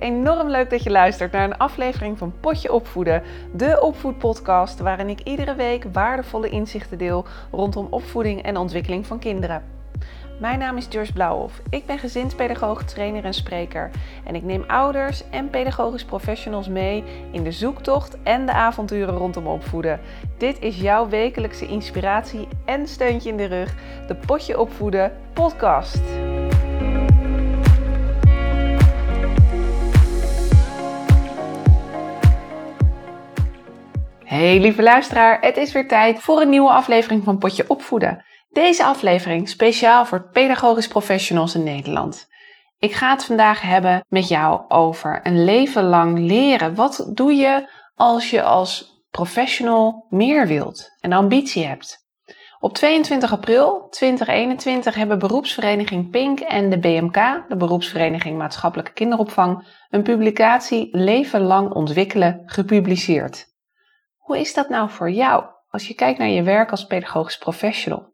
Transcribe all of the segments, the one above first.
enorm leuk dat je luistert naar een aflevering van Potje Opvoeden, de opvoedpodcast waarin ik iedere week waardevolle inzichten deel rondom opvoeding en ontwikkeling van kinderen. Mijn naam is Joyce Blauwhof. Ik ben gezinspedagoog, trainer en spreker en ik neem ouders en pedagogisch professionals mee in de zoektocht en de avonturen rondom opvoeden. Dit is jouw wekelijkse inspiratie en steuntje in de rug, de Potje Opvoeden podcast. Hey lieve luisteraar, het is weer tijd voor een nieuwe aflevering van Potje Opvoeden. Deze aflevering speciaal voor pedagogisch professionals in Nederland. Ik ga het vandaag hebben met jou over een leven lang leren. Wat doe je als professional meer wilt en ambitie hebt? Op 22 april 2021 hebben beroepsvereniging Pink en de BMK, de beroepsvereniging Maatschappelijke Kinderopvang, een publicatie Leven lang ontwikkelen gepubliceerd. Hoe is dat nou voor jou als je kijkt naar je werk als pedagogisch professional?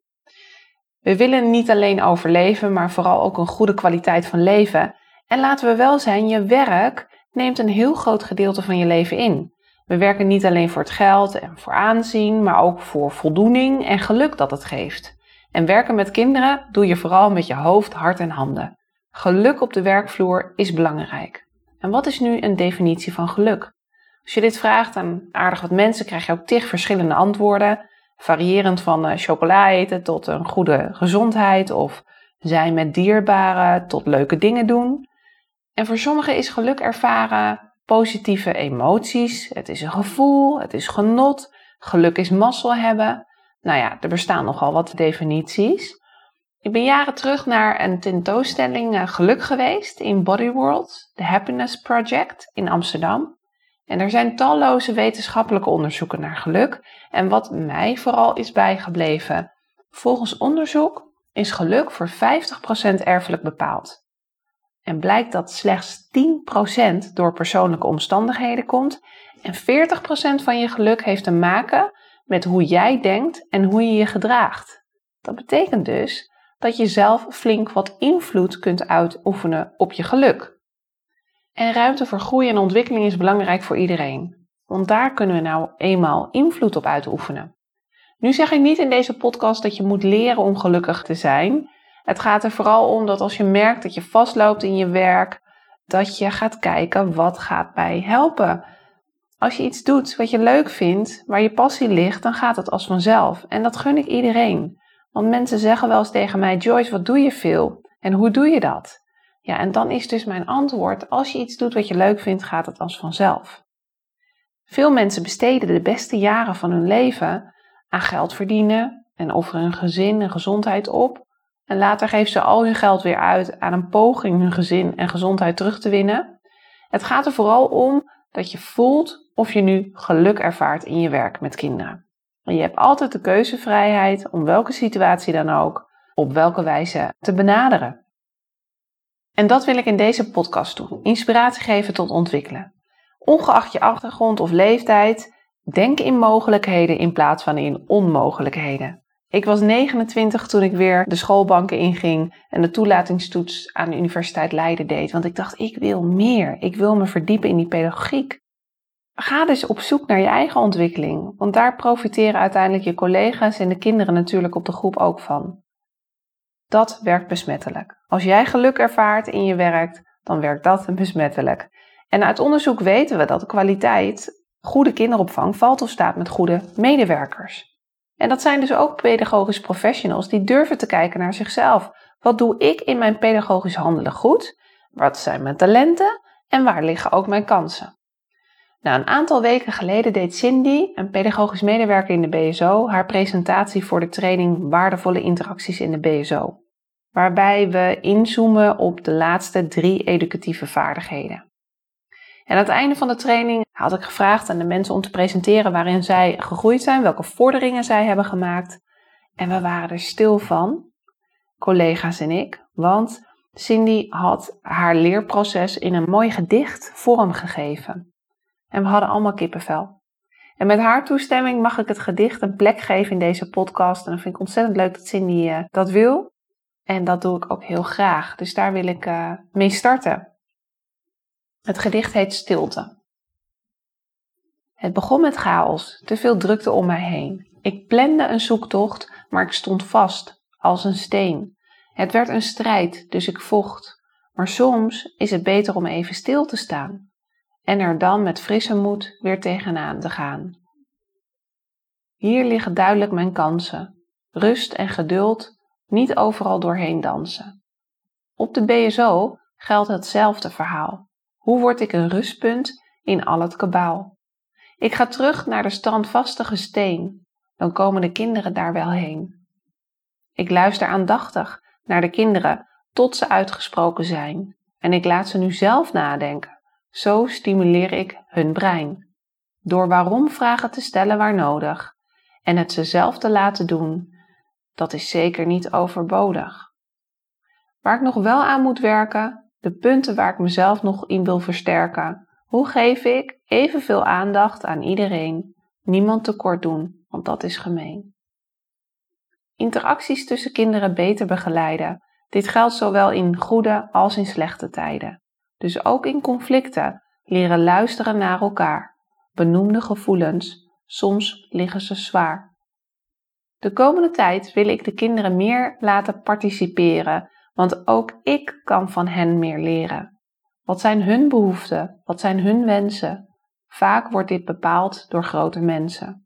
We willen niet alleen overleven, maar vooral ook een goede kwaliteit van leven. En laten we wel zijn, je werk neemt een heel groot gedeelte van je leven in. We werken niet alleen voor het geld en voor aanzien, maar ook voor voldoening en geluk dat het geeft. En werken met kinderen doe je vooral met je hoofd, hart en handen. Geluk op de werkvloer is belangrijk. En wat is nu een definitie van geluk? Als je dit vraagt aan aardig wat mensen, krijg je ook 10 verschillende antwoorden. Variërend van chocola eten tot een goede gezondheid of zijn met dierbaren tot leuke dingen doen. En voor sommigen is geluk ervaren positieve emoties. Het is een gevoel, het is genot, geluk is mazzel hebben. Nou ja, er bestaan nogal wat definities. Ik ben jaren terug naar een tentoonstelling geluk geweest in Body World, The Happiness Project in Amsterdam. En er zijn talloze wetenschappelijke onderzoeken naar geluk. En wat mij vooral is bijgebleven, volgens onderzoek is geluk voor 50% erfelijk bepaald. En blijkt dat slechts 10% door persoonlijke omstandigheden komt. En 40% van je geluk heeft te maken met hoe jij denkt en hoe je je gedraagt. Dat betekent dus dat je zelf flink wat invloed kunt uitoefenen op je geluk. En ruimte voor groei en ontwikkeling is belangrijk voor iedereen. Want daar kunnen we nou eenmaal invloed op uitoefenen. Nu zeg ik niet in deze podcast dat je moet leren om gelukkig te zijn. Het gaat er vooral om dat als je merkt dat je vastloopt in je werk, dat je gaat kijken wat gaat mij helpen. Als je iets doet wat je leuk vindt, waar je passie ligt, dan gaat het als vanzelf. En dat gun ik iedereen. Want mensen zeggen wel eens tegen mij, Joyce, wat doe je veel? En hoe doe je dat? Ja, en dan is dus mijn antwoord, als je iets doet wat je leuk vindt, gaat het als vanzelf. Veel mensen besteden de beste jaren van hun leven aan geld verdienen en offeren hun gezin en gezondheid op. En later geven ze al hun geld weer uit aan een poging hun gezin en gezondheid terug te winnen. Het gaat er vooral om dat je voelt of je nu geluk ervaart in je werk met kinderen. En je hebt altijd de keuzevrijheid om welke situatie dan ook, op welke wijze te benaderen. En dat wil ik in deze podcast doen. Inspiratie geven tot ontwikkelen. Ongeacht je achtergrond of leeftijd, denk in mogelijkheden in plaats van in onmogelijkheden. Ik was 29 toen ik weer de schoolbanken inging en de toelatingstoets aan de Universiteit Leiden deed. Want ik dacht, ik wil meer. Ik wil me verdiepen in die pedagogiek. Ga dus op zoek naar je eigen ontwikkeling. Want daar profiteren uiteindelijk je collega's en de kinderen natuurlijk op de groep ook van. Dat werkt besmettelijk. Als jij geluk ervaart in je werk, dan werkt dat besmettelijk. En uit onderzoek weten we dat de kwaliteit goede kinderopvang valt of staat met goede medewerkers. En dat zijn dus ook pedagogisch professionals die durven te kijken naar zichzelf. Wat doe ik in mijn pedagogisch handelen goed? Wat zijn mijn talenten? En waar liggen ook mijn kansen? Nou, een aantal weken geleden deed Cindy, een pedagogisch medewerker in de BSO, haar presentatie voor de training Waardevolle interacties in de BSO. Waarbij we inzoomen op de laatste 3 educatieve vaardigheden. En aan het einde van de training had ik gevraagd aan de mensen om te presenteren waarin zij gegroeid zijn, welke vorderingen zij hebben gemaakt. En we waren er stil van, collega's en ik, want Cindy had haar leerproces in een mooi gedicht vormgegeven. En we hadden allemaal kippenvel. En met haar toestemming mag ik het gedicht een plek geven in deze podcast. En dat vind ik ontzettend leuk dat Cindy dat wil. En dat doe ik ook heel graag. Dus daar wil ik mee starten. Het gedicht heet Stilte. Het begon met chaos, te veel drukte om mij heen. Ik plande een zoektocht, maar ik stond vast, als een steen. Het werd een strijd, dus ik vocht. Maar soms is het beter om even stil te staan en er dan met frisse moed weer tegenaan te gaan. Hier liggen duidelijk mijn kansen. Rust en geduld, niet overal doorheen dansen. Op de BSO geldt hetzelfde verhaal. Hoe word ik een rustpunt in al het kabaal? Ik ga terug naar de standvastige steen, dan komen de kinderen daar wel heen. Ik luister aandachtig naar de kinderen tot ze uitgesproken zijn en ik laat ze nu zelf nadenken. Zo stimuleer ik hun brein. Door waarom-vragen te stellen waar nodig en het ze zelf te laten doen, dat is zeker niet overbodig. Waar ik nog wel aan moet werken, de punten waar ik mezelf nog in wil versterken. Hoe geef ik evenveel aandacht aan iedereen? Niemand tekort doen, want dat is gemeen. Interacties tussen kinderen beter begeleiden. Dit geldt zowel in goede als in slechte tijden. Dus ook in conflicten leren luisteren naar elkaar. Benoemde gevoelens, soms liggen ze zwaar. De komende tijd wil ik de kinderen meer laten participeren, want ook ik kan van hen meer leren. Wat zijn hun behoeften? Wat zijn hun wensen? Vaak wordt dit bepaald door grote mensen.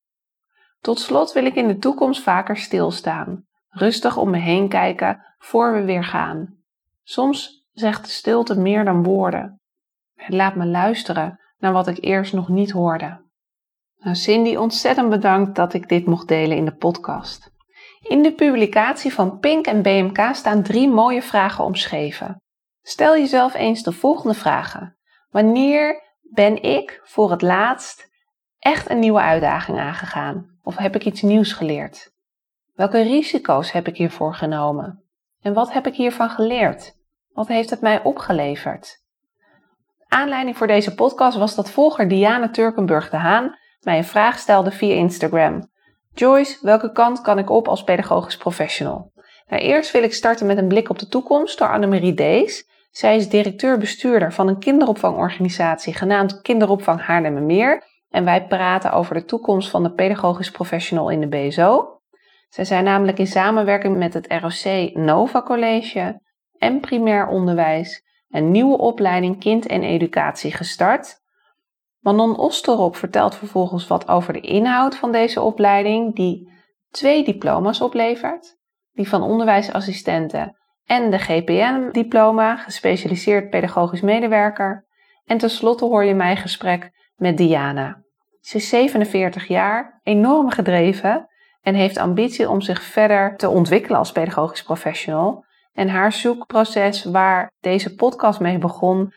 Tot slot wil ik in de toekomst vaker stilstaan, rustig om me heen kijken voor we weer gaan. Soms zegt de stilte meer dan woorden. Het laat me luisteren naar wat ik eerst nog niet hoorde. Nou, Cindy, ontzettend bedankt dat ik dit mocht delen in de podcast. In de publicatie van Pink en BMK staan 3 mooie vragen omschreven. Stel jezelf eens de volgende vragen. Wanneer ben ik voor het laatst echt een nieuwe uitdaging aangegaan? Of heb ik iets nieuws geleerd? Welke risico's heb ik hiervoor genomen? En wat heb ik hiervan geleerd? Wat heeft het mij opgeleverd? Aanleiding voor deze podcast was dat volger Diana Turkenburg de Haan mij een vraag stelde via Instagram. Joyce, welke kant kan ik op als pedagogisch professional? Nou, eerst wil ik starten met een blik op de toekomst door Annemarie Dees. Zij is directeur-bestuurder van een kinderopvangorganisatie genaamd Kinderopvang Haarlemmermeer. En wij praten over de toekomst van de pedagogisch professional in de BSO. Zij zijn namelijk in samenwerking met het ROC Nova College en primair onderwijs een nieuwe opleiding kind en educatie gestart. Manon Osterop vertelt vervolgens wat over de inhoud van deze opleiding, die 2 diploma's oplevert. Die van onderwijsassistenten en de GPM-diploma, gespecialiseerd pedagogisch medewerker. En tenslotte hoor je mijn gesprek met Diana. Ze is 47 jaar, enorm gedreven en heeft ambitie om zich verder te ontwikkelen als pedagogisch professional. En haar zoekproces waar deze podcast mee begon,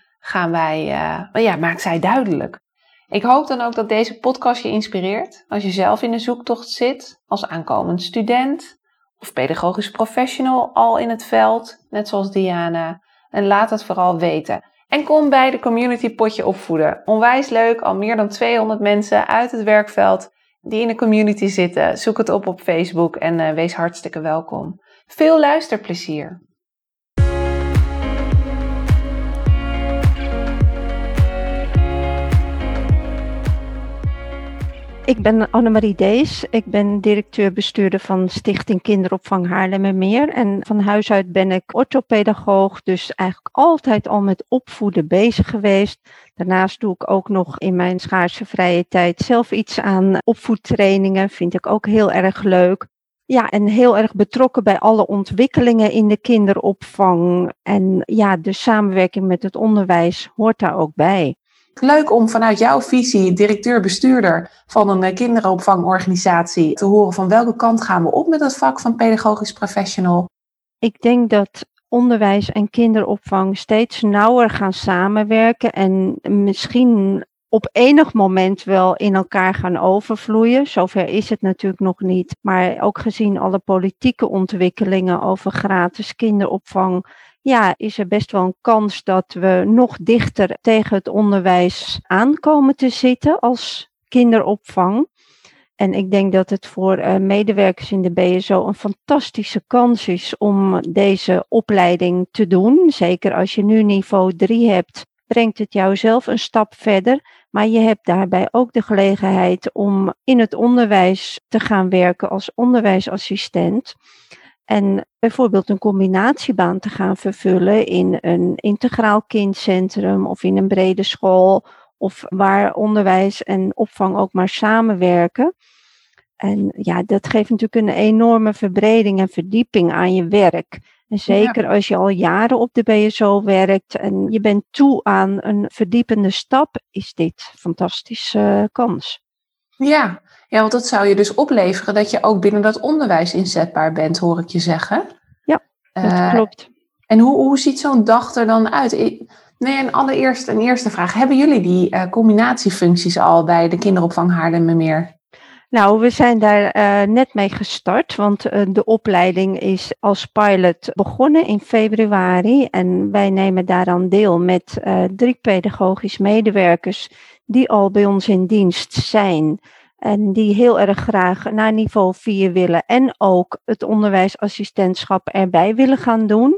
maakt zij duidelijk. Ik hoop dan ook dat deze podcast je inspireert als je zelf in de zoektocht zit, als aankomend student of pedagogisch professional al in het veld, net zoals Diana. En laat het vooral weten. En kom bij de community Potje Opvoeden. Onwijs leuk, al meer dan 200 mensen uit het werkveld die in de community zitten. Zoek het op Facebook en wees hartstikke welkom. Veel luisterplezier! Ik ben Annemarie Dees. Ik ben directeur-bestuurder van Stichting Kinderopvang Haarlemmermeer. En van huis uit ben ik orthopedagoog, dus eigenlijk altijd al met opvoeden bezig geweest. Daarnaast doe ik ook nog in mijn schaarse vrije tijd zelf iets aan opvoedtrainingen. Vind ik ook heel erg leuk. Ja, en heel erg betrokken bij alle ontwikkelingen in de kinderopvang. En ja, de samenwerking met het onderwijs hoort daar ook bij. Leuk om vanuit jouw visie, directeur-bestuurder van een kinderopvangorganisatie, te horen van welke kant gaan we op met het vak van pedagogisch professional. Ik denk dat onderwijs en kinderopvang steeds nauwer gaan samenwerken en misschien op enig moment wel in elkaar gaan overvloeien. Zover is het natuurlijk nog niet. Maar ook gezien alle politieke ontwikkelingen over gratis kinderopvang, ja, is er best wel een kans dat we nog dichter tegen het onderwijs aankomen te zitten als kinderopvang. En ik denk dat het voor medewerkers in de BSO een fantastische kans is om deze opleiding te doen. Zeker als je nu niveau 3 hebt, brengt het jou zelf een stap verder. Maar je hebt daarbij ook de gelegenheid om in het onderwijs te gaan werken als onderwijsassistent. En bijvoorbeeld een combinatiebaan te gaan vervullen in een integraal kindcentrum of in een brede school. Of waar onderwijs en opvang ook maar samenwerken. En ja, dat geeft natuurlijk een enorme verbreding en verdieping aan je werk. En zeker als je al jaren op de BSO werkt en je bent toe aan een verdiepende stap, is dit een fantastische kans. Ja, want dat zou je dus opleveren dat je ook binnen dat onderwijs inzetbaar bent, hoor ik je zeggen. Ja, dat klopt. En hoe ziet zo'n dag er dan uit? Een eerste vraag. Hebben jullie die combinatiefuncties al bij de kinderopvang Haarlemmermeer? Nou, we zijn daar net mee gestart, want de opleiding is als pilot begonnen in februari. En wij nemen daaraan deel met 3 pedagogisch medewerkers die al bij ons in dienst zijn. En die heel erg graag naar niveau 4 willen en ook het onderwijsassistentschap erbij willen gaan doen.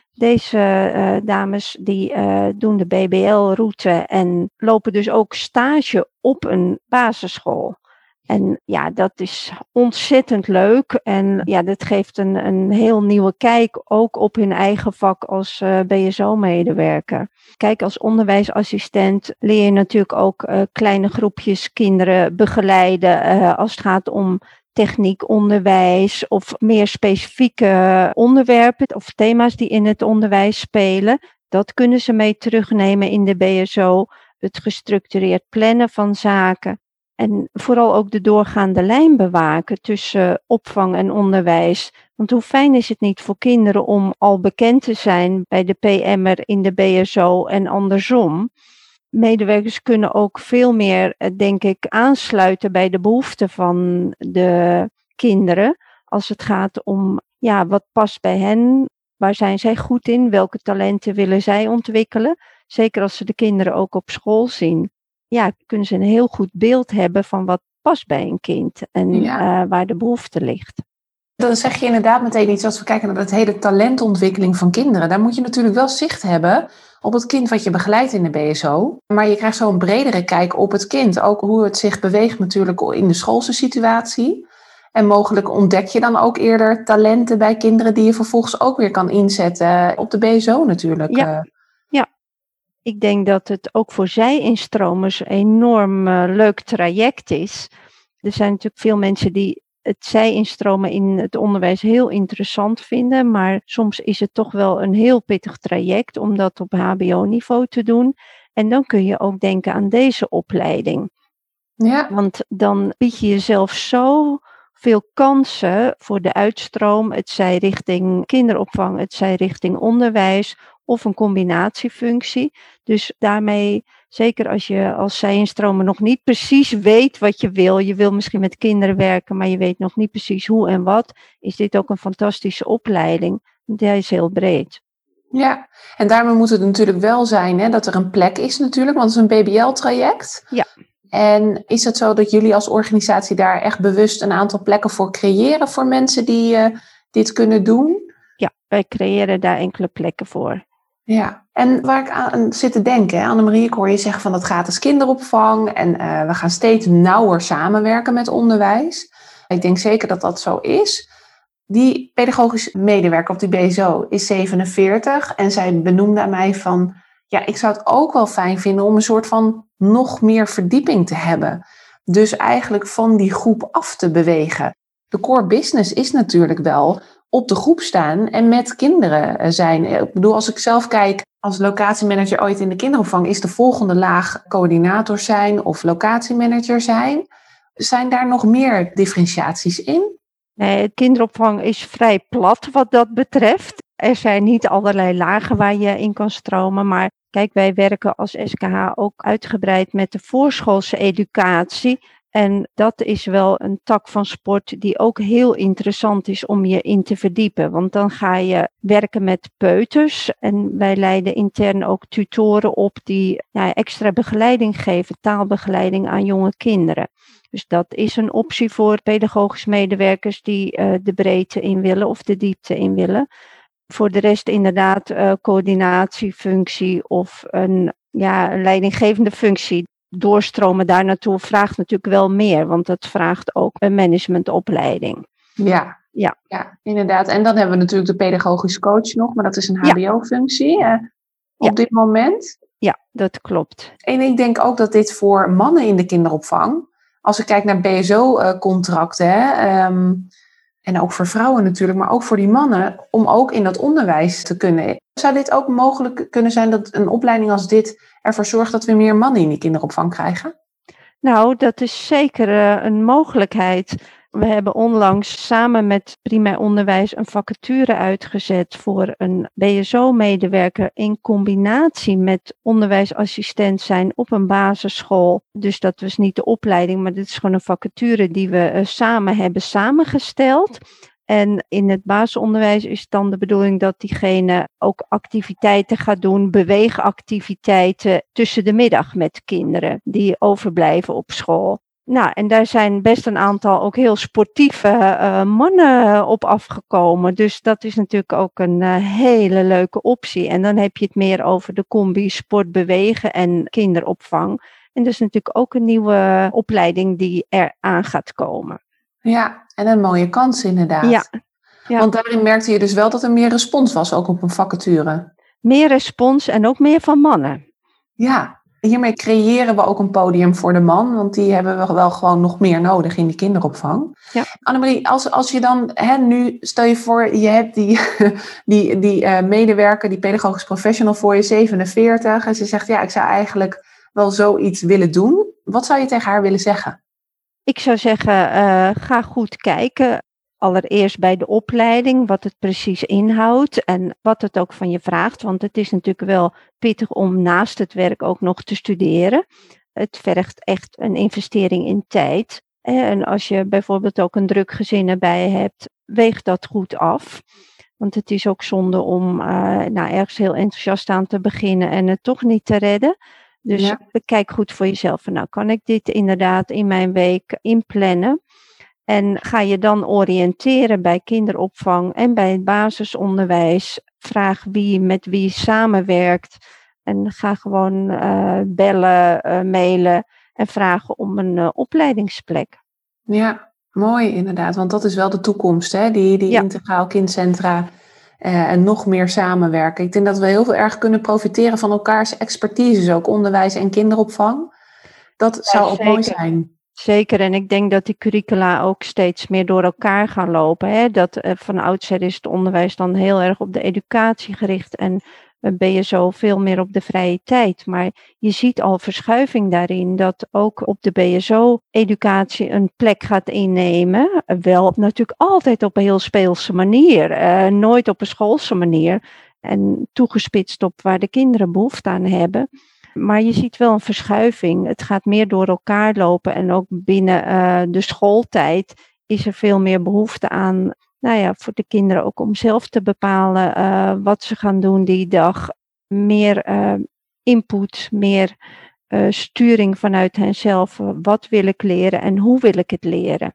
Deze dames die doen de BBL-route en lopen dus ook stage op een basisschool. En ja, dat is ontzettend leuk en ja, dat geeft een heel nieuwe kijk ook op hun eigen vak als BSO-medewerker. Kijk, als onderwijsassistent leer je natuurlijk ook kleine groepjes kinderen begeleiden als het gaat om techniek, onderwijs of meer specifieke onderwerpen of thema's die in het onderwijs spelen. Dat kunnen ze mee terugnemen in de BSO, het gestructureerd plannen van zaken. En vooral ook de doorgaande lijn bewaken tussen opvang en onderwijs. Want hoe fijn is het niet voor kinderen om al bekend te zijn bij de PM'er in de BSO en andersom. Medewerkers kunnen ook veel meer, denk ik, aansluiten bij de behoeften van de kinderen. Als het gaat om, ja, wat past bij hen? Waar zijn zij goed in? Welke talenten willen zij ontwikkelen? Zeker als ze de kinderen ook op school zien. Ja, kunnen ze een heel goed beeld hebben van wat past bij een kind en waar de behoefte ligt. Dan zeg je inderdaad meteen iets als we kijken naar het hele talentontwikkeling van kinderen. Daar moet je natuurlijk wel zicht hebben op het kind wat je begeleidt in de BSO. Maar je krijgt zo een bredere kijk op het kind. Ook hoe het zich beweegt natuurlijk in de schoolse situatie. En mogelijk ontdek je dan ook eerder talenten bij kinderen die je vervolgens ook weer kan inzetten op de BSO natuurlijk. Ja. Ik denk dat het ook voor zij-instromers een enorm leuk traject is. Er zijn natuurlijk veel mensen die het zij-instromen in het onderwijs heel interessant vinden. Maar soms is het toch wel een heel pittig traject om dat op hbo-niveau te doen. En dan kun je ook denken aan deze opleiding. Ja. Want dan bied je jezelf zo veel kansen voor de uitstroom. Het zij richting kinderopvang, het zij richting onderwijs of een combinatiefunctie. Dus daarmee, zeker als je als zij-instromer nog niet precies weet wat je wil. Je wil misschien met kinderen werken, maar je weet nog niet precies hoe en wat. Is dit ook een fantastische opleiding. Die is heel breed. Ja, en daarmee moet het natuurlijk wel zijn dat er een plek is natuurlijk, want het is een BBL-traject. Ja. En is het zo dat jullie als organisatie daar echt bewust een aantal plekken voor creëren voor mensen die dit kunnen doen? Ja, wij creëren daar enkele plekken voor. Ja, en waar ik aan zit te denken, Annemarie, ik hoor je zeggen van dat gratis kinderopvang en we gaan steeds nauwer samenwerken met onderwijs. Ik denk zeker dat dat zo is. Die pedagogisch medewerker op die BSO is 47 en zij benoemde aan mij van, ja, ik zou het ook wel fijn vinden om een soort van nog meer verdieping te hebben. Dus eigenlijk van die groep af te bewegen. De core business is natuurlijk wel op de groep staan en met kinderen zijn. Ik bedoel, als ik zelf kijk als locatiemanager ooit in de kinderopvang, is de volgende laag coördinator zijn of locatiemanager zijn. Zijn daar nog meer differentiaties in? Nee, kinderopvang is vrij plat wat dat betreft. Er zijn niet allerlei lagen waar je in kan stromen, maar kijk, wij werken als SKH ook uitgebreid met de voorschoolse educatie. En dat is wel een tak van sport die ook heel interessant is om je in te verdiepen. Want dan ga je werken met peuters en wij leiden intern ook tutoren op die extra begeleiding geven, taalbegeleiding aan jonge kinderen. Dus dat is een optie voor pedagogisch medewerkers die de breedte in willen of de diepte in willen. Voor de rest inderdaad coördinatiefunctie of een leidinggevende functie. Doorstromen daar naartoe vraagt natuurlijk wel meer, want dat vraagt ook een managementopleiding. Ja, inderdaad. En dan hebben we natuurlijk de pedagogisch coach nog, maar dat is een HBO-functie op dit moment. Ja, dat klopt. En ik denk ook dat dit voor mannen in de kinderopvang, als ik kijk naar BSO-contracten, en ook voor vrouwen natuurlijk, maar ook voor die mannen, om ook in dat onderwijs te kunnen. Zou dit ook mogelijk kunnen zijn dat een opleiding als dit ervoor zorgt dat we meer mannen in die kinderopvang krijgen? Nou, dat is zeker een mogelijkheid. We hebben onlangs samen met Primair Onderwijs een vacature uitgezet voor een BSO-medewerker in combinatie met onderwijsassistent zijn op een basisschool. Dus dat was niet de opleiding, maar dit is gewoon een vacature die we samen hebben samengesteld. En in het basisonderwijs is dan de bedoeling dat diegene ook activiteiten gaat doen, beweegactiviteiten tussen de middag met kinderen die overblijven op school. Nou, en daar zijn best een aantal ook heel sportieve mannen op afgekomen. Dus dat is natuurlijk ook een hele leuke optie. En dan heb je het meer over de combi sport, bewegen en kinderopvang. En dat is natuurlijk ook een nieuwe opleiding die eraan gaat komen. Ja, en een mooie kans inderdaad. Ja. Want daarin merkte je dus wel dat er meer respons was, ook op een vacature. Meer respons en ook meer van mannen. Ja, hiermee creëren we ook een podium voor de man, want die hebben we wel gewoon nog meer nodig in die kinderopvang. Ja. Annemarie, als je dan nu, stel je voor, je hebt die medewerker, die pedagogisch professional voor je, 47, en ze zegt, ja, ik zou eigenlijk wel zoiets willen doen. Wat zou je tegen haar willen zeggen? Ik zou zeggen, ga goed kijken. Allereerst bij de opleiding, wat het precies inhoudt en wat het ook van je vraagt. Want het is natuurlijk wel pittig om naast het werk ook nog te studeren. Het vergt echt een investering in tijd. En als je bijvoorbeeld ook een druk gezin erbij hebt, weeg dat goed af. Want het is ook zonde om ergens heel enthousiast aan te beginnen en het toch niet te redden. Dus kijk goed voor jezelf. Nou, kan ik dit inderdaad in mijn week inplannen? En ga je dan oriënteren bij kinderopvang en bij het basisonderwijs. Vraag wie met wie samenwerkt. En ga gewoon bellen, mailen en vragen om een opleidingsplek. Ja, mooi inderdaad. Want dat is wel de toekomst, hè? Die integraal kindcentra en nog meer samenwerken. Ik denk dat we heel erg kunnen profiteren van elkaars expertise, ook onderwijs en kinderopvang. Dat zou ook mooi zijn. Zeker, en ik denk dat die curricula ook steeds meer door elkaar gaan lopen. Hè? Dat van oudsher is het onderwijs dan heel erg op de educatie gericht en BSO veel meer op de vrije tijd. Maar je ziet al verschuiving daarin dat ook op de BSO-educatie een plek gaat innemen. Wel natuurlijk altijd op een heel speelse manier, nooit op een schoolse manier. En toegespitst op waar de kinderen behoefte aan hebben. Maar je ziet wel een verschuiving. Het gaat meer door elkaar lopen en ook binnen de schooltijd is er veel meer behoefte aan, voor de kinderen ook om zelf te bepalen wat ze gaan doen die dag. Meer input, meer sturing vanuit henzelf. Wat wil ik leren en hoe wil ik het leren?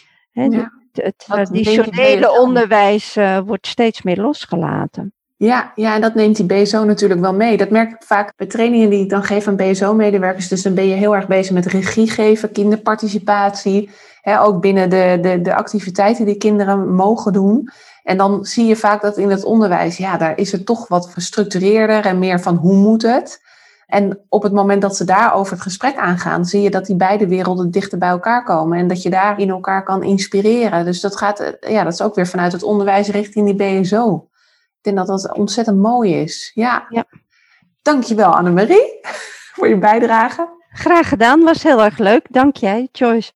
Het traditionele onderwijs wordt steeds meer losgelaten. Ja, en dat neemt die BSO natuurlijk wel mee. Dat merk ik vaak bij trainingen die ik dan geef aan BSO-medewerkers. Dus dan ben je heel erg bezig met regie geven, kinderparticipatie. Ook binnen de activiteiten die kinderen mogen doen. En dan zie je vaak dat in het onderwijs, daar is het toch wat gestructureerder en meer van hoe moet het. En op het moment dat ze daarover het gesprek aangaan, zie je dat die beide werelden dichter bij elkaar komen. En dat je daar in elkaar kan inspireren. Dus dat gaat, dat is ook weer vanuit het onderwijs richting die BSO. Ik denk dat dat ontzettend mooi is. Ja. Dankjewel Annemarie voor je bijdrage. Graag gedaan, was heel erg leuk. Dank jij, Joyce.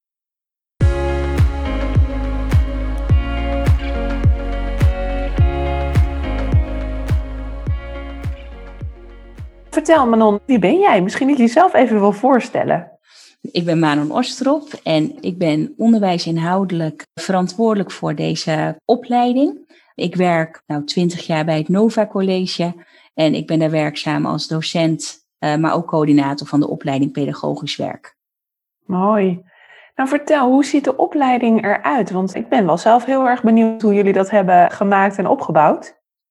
Vertel Manon, wie ben jij? Misschien dat je jezelf even wil voorstellen. Ik ben Manon Ostrop en ik ben onderwijsinhoudelijk verantwoordelijk voor deze opleiding. Ik werk 20 jaar bij het Nova College en ik ben daar werkzaam als docent, maar ook coördinator van de opleiding pedagogisch werk. Mooi. Nou vertel, hoe ziet de opleiding eruit? Want ik ben wel zelf heel erg benieuwd hoe jullie dat hebben gemaakt en opgebouwd.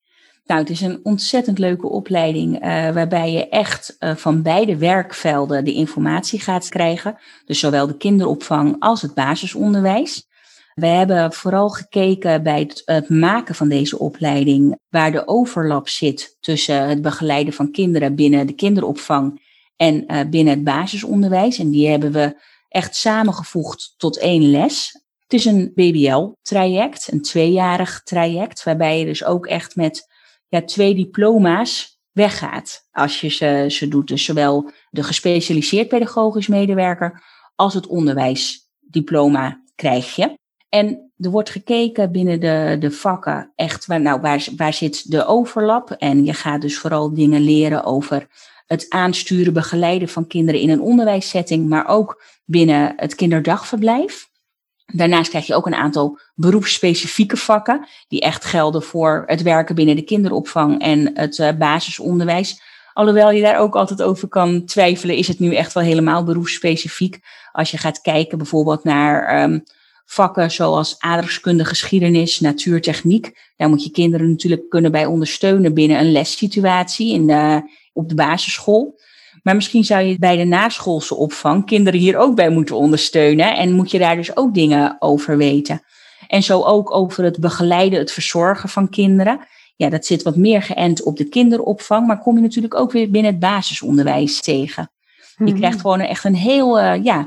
Nou, het is een ontzettend leuke opleiding waarbij je echt van beide werkvelden de informatie gaat krijgen. Dus zowel de kinderopvang als het basisonderwijs. We hebben vooral gekeken bij het maken van deze opleiding waar de overlap zit tussen het begeleiden van kinderen binnen de kinderopvang en binnen het basisonderwijs. En die hebben we echt samengevoegd tot 1 les. Het is een BBL-traject, een 2-jarig traject, waarbij je dus ook echt met 2 diploma's weggaat als je ze doet. Dus zowel de gespecialiseerd pedagogisch medewerker als het onderwijsdiploma krijg je. En er wordt gekeken binnen de vakken echt waar zit de overlap. En je gaat dus vooral dingen leren over het aansturen, begeleiden van kinderen in een onderwijssetting, maar ook binnen het kinderdagverblijf. Daarnaast krijg je ook een aantal beroepsspecifieke vakken die echt gelden voor het werken binnen de kinderopvang en het basisonderwijs. Alhoewel je daar ook altijd over kan twijfelen, is het nu echt wel helemaal beroepsspecifiek. Als je gaat kijken bijvoorbeeld naar vakken zoals aardrijkskunde, geschiedenis, natuurtechniek. Daar moet je kinderen natuurlijk kunnen bij ondersteunen binnen een lessituatie op de basisschool. Maar misschien zou je bij de naschoolse opvang kinderen hier ook bij moeten ondersteunen. En moet je daar dus ook dingen over weten. En zo ook over het begeleiden, het verzorgen van kinderen. Ja, dat zit wat meer geënt op de kinderopvang. Maar kom je natuurlijk ook weer binnen het basisonderwijs tegen. Je krijgt gewoon echt een heel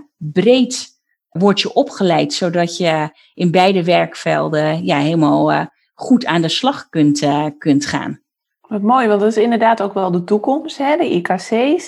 breed woordje opgeleid. Zodat je in beide werkvelden helemaal goed aan de slag kunt gaan. Wat mooi, want dat is inderdaad ook wel de toekomst, hè? De IKC's.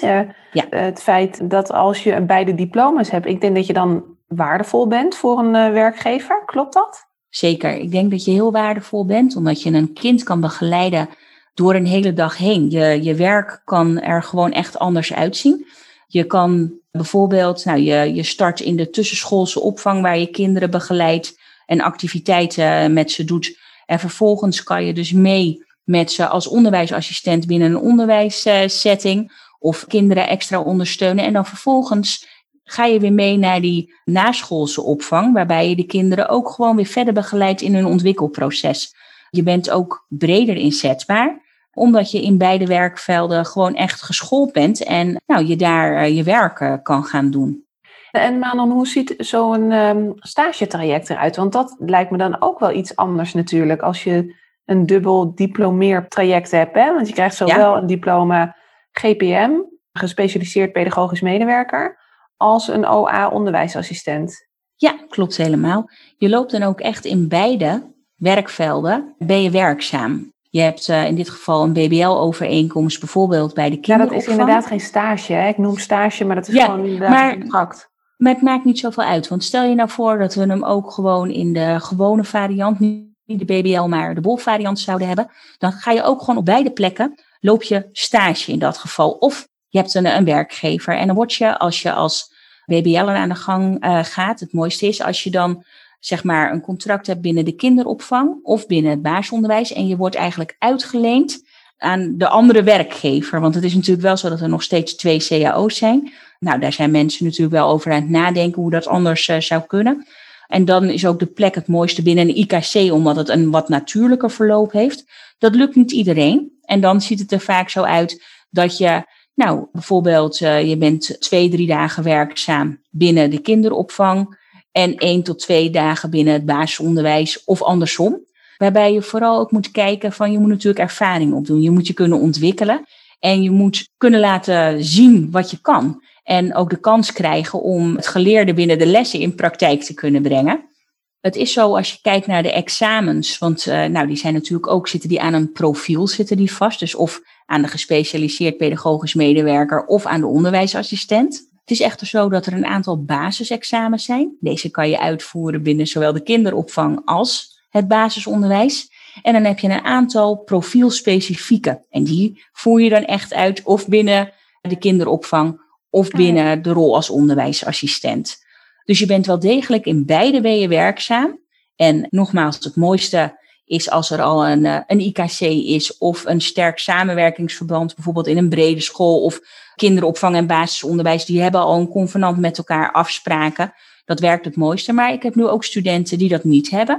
Het feit dat als je beide diploma's hebt, ik denk dat je dan waardevol bent voor een werkgever. Klopt dat? Zeker. Ik denk dat je heel waardevol bent, omdat je een kind kan begeleiden door een hele dag heen. Je werk kan er gewoon echt anders uitzien. Je kan bijvoorbeeld, je start in de tussenschoolse opvang waar je kinderen begeleidt en activiteiten met ze doet. En vervolgens kan je dus mee met ze als onderwijsassistent binnen een onderwijssetting of kinderen extra ondersteunen. En dan vervolgens ga je weer mee naar die naschoolse opvang, waarbij je de kinderen ook gewoon weer verder begeleidt in hun ontwikkelproces. Je bent ook breder inzetbaar, omdat je in beide werkvelden gewoon echt geschoold bent en je daar je werk kan gaan doen. En Manon, hoe ziet zo'n stagetraject eruit? Want dat lijkt me dan ook wel iets anders natuurlijk als je een dubbel diplomeertraject hebt. Hè? Want je krijgt zowel een diploma GPM, gespecialiseerd pedagogisch medewerker, als een OA onderwijsassistent. Ja, klopt helemaal. Je loopt dan ook echt in beide werkvelden, ben je werkzaam. Je hebt in dit geval een BBL-overeenkomst bijvoorbeeld bij de kinderopvang. Ja, dat is inderdaad geen stage. Hè? Ik noem stage, maar dat is gewoon inderdaad een contract. Maar het maakt niet zoveel uit. Want stel je nou voor dat we hem ook gewoon in de gewone variant, niet de BBL, maar de BOL-variant zouden hebben. Dan ga je ook gewoon op beide plekken, loop je stage in dat geval. Of je hebt een werkgever. En dan word je, als je als BBL'er aan de gang gaat, het mooiste is als je dan zeg maar een contract hebt binnen de kinderopvang of binnen het basisonderwijs. En je wordt eigenlijk uitgeleend aan de andere werkgever. Want het is natuurlijk wel zo dat er nog steeds 2 cao's zijn. Nou, daar zijn mensen natuurlijk wel over aan het nadenken hoe dat anders zou kunnen. En dan is ook de plek het mooiste binnen een IKC, omdat het een wat natuurlijker verloop heeft. Dat lukt niet iedereen. En dan ziet het er vaak zo uit dat je, bijvoorbeeld, je bent 2-3 dagen werkzaam binnen de kinderopvang en 1 tot 2 dagen binnen het basisonderwijs of andersom. Waarbij je vooral ook moet kijken van, je moet natuurlijk ervaring opdoen. Je moet je kunnen ontwikkelen en je moet kunnen laten zien wat je kan. En ook de kans krijgen om het geleerde binnen de lessen in praktijk te kunnen brengen. Het is zo als je kijkt naar de examens, want die zijn natuurlijk ook, zitten die aan een profiel, zitten die vast. Dus of aan de gespecialiseerd pedagogisch medewerker of aan de onderwijsassistent. Het is echter zo dat er een aantal basisexamens zijn. Deze kan je uitvoeren binnen zowel de kinderopvang als het basisonderwijs. En dan heb je een aantal profielspecifieke. En die voer je dan echt uit of binnen de kinderopvang of binnen de rol als onderwijsassistent. Dus je bent wel degelijk in beide ben je werkzaam. En nogmaals, het mooiste is als er al een IKC is of een sterk samenwerkingsverband, bijvoorbeeld in een brede school of kinderopvang en basisonderwijs, die hebben al een convenant met elkaar, afspraken. Dat werkt het mooiste. Maar ik heb nu ook studenten die dat niet hebben.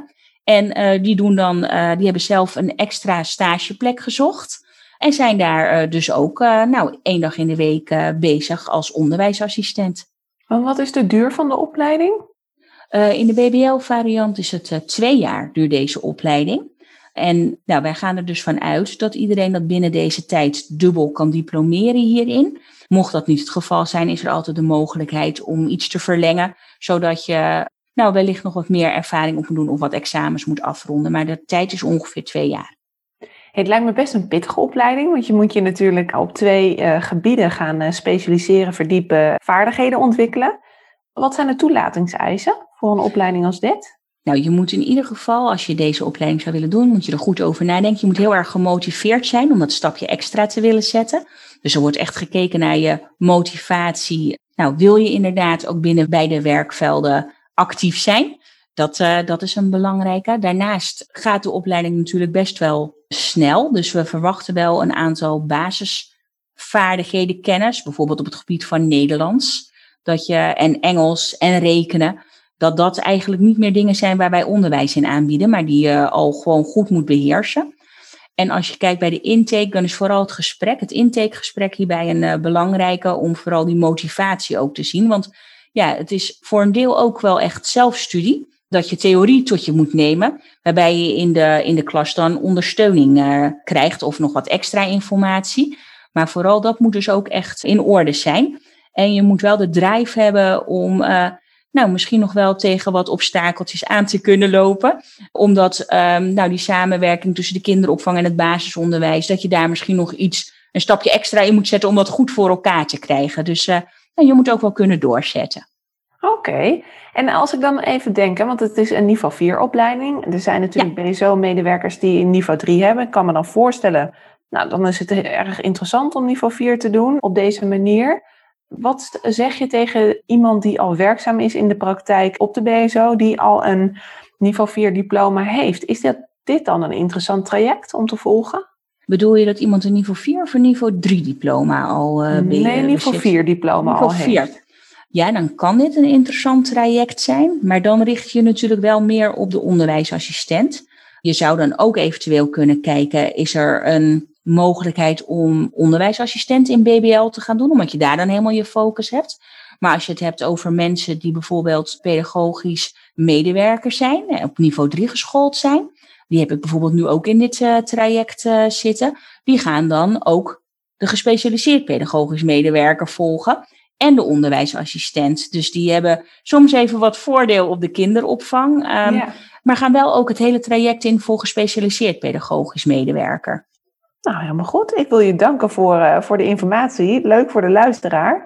En die hebben zelf een extra stageplek gezocht. En zijn daar dus ook 1 dag in de week bezig als onderwijsassistent. En wat is de duur van de opleiding? In de BBL-variant is het 2 jaar duurt deze opleiding. En wij gaan er dus van uit dat iedereen dat binnen deze tijd dubbel kan diplomeren hierin. Mocht dat niet het geval zijn, is er altijd de mogelijkheid om iets te verlengen, zodat je wellicht nog wat meer ervaring op moet doen of wat examens moet afronden. Maar de tijd is ongeveer 2 jaar. Het lijkt me best een pittige opleiding, want je moet je natuurlijk op 2 gebieden gaan specialiseren, verdiepen, vaardigheden ontwikkelen. Wat zijn de toelatingseisen voor een opleiding als dit? Je moet in ieder geval, als je deze opleiding zou willen doen, moet je er goed over nadenken. Je moet heel erg gemotiveerd zijn om dat stapje extra te willen zetten. Dus er wordt echt gekeken naar je motivatie. Wil je inderdaad ook binnen beide werkvelden actief zijn? Dat is een belangrijke. Daarnaast gaat de opleiding natuurlijk best wel snel. Dus we verwachten wel een aantal basisvaardigheden, kennis. Bijvoorbeeld op het gebied van Nederlands. En Engels en rekenen. Dat eigenlijk niet meer dingen zijn waar wij onderwijs in aanbieden. Maar die je al gewoon goed moet beheersen. En als je kijkt bij de intake, dan is vooral het intakegesprek hierbij een belangrijke. Om vooral die motivatie ook te zien. Want het is voor een deel ook wel echt zelfstudie. Dat je theorie tot je moet nemen, waarbij je in de klas dan ondersteuning krijgt of nog wat extra informatie. Maar vooral dat moet dus ook echt in orde zijn. En je moet wel de drive hebben om misschien nog wel tegen wat obstakeltjes aan te kunnen lopen. Omdat die samenwerking tussen de kinderopvang en het basisonderwijs, dat je daar misschien nog een stapje extra in moet zetten om dat goed voor elkaar te krijgen. Dus je moet ook wel kunnen doorzetten. Oké. En als ik dan even denk, want het is een niveau 4 opleiding. Er zijn natuurlijk BSO-medewerkers die een niveau 3 hebben. Ik kan me dan voorstellen, dan is het erg interessant om niveau 4 te doen op deze manier. Wat zeg je tegen iemand die al werkzaam is in de praktijk op de BSO, die al een niveau 4 diploma heeft? Is dit dan een interessant traject om te volgen? Bedoel je dat iemand een niveau 4 of een niveau 3 diploma al Nee, een niveau 4 diploma niveau al 4. heeft. Ja, dan kan dit een interessant traject zijn, maar dan richt je natuurlijk wel meer op de onderwijsassistent. Je zou dan ook eventueel kunnen kijken, is er een mogelijkheid om onderwijsassistent in BBL te gaan doen, omdat je daar dan helemaal je focus hebt. Maar als je het hebt over mensen die bijvoorbeeld pedagogisch medewerker zijn, op niveau 3 geschoold zijn, die heb ik bijvoorbeeld nu ook in dit traject zitten, die gaan dan ook de gespecialiseerd pedagogisch medewerker volgen. En de onderwijsassistent. Dus die hebben soms even wat voordeel op de kinderopvang. Maar gaan wel ook het hele traject in voor gespecialiseerd pedagogisch medewerker. Nou, helemaal goed. Ik wil je danken voor de informatie. Leuk voor de luisteraar.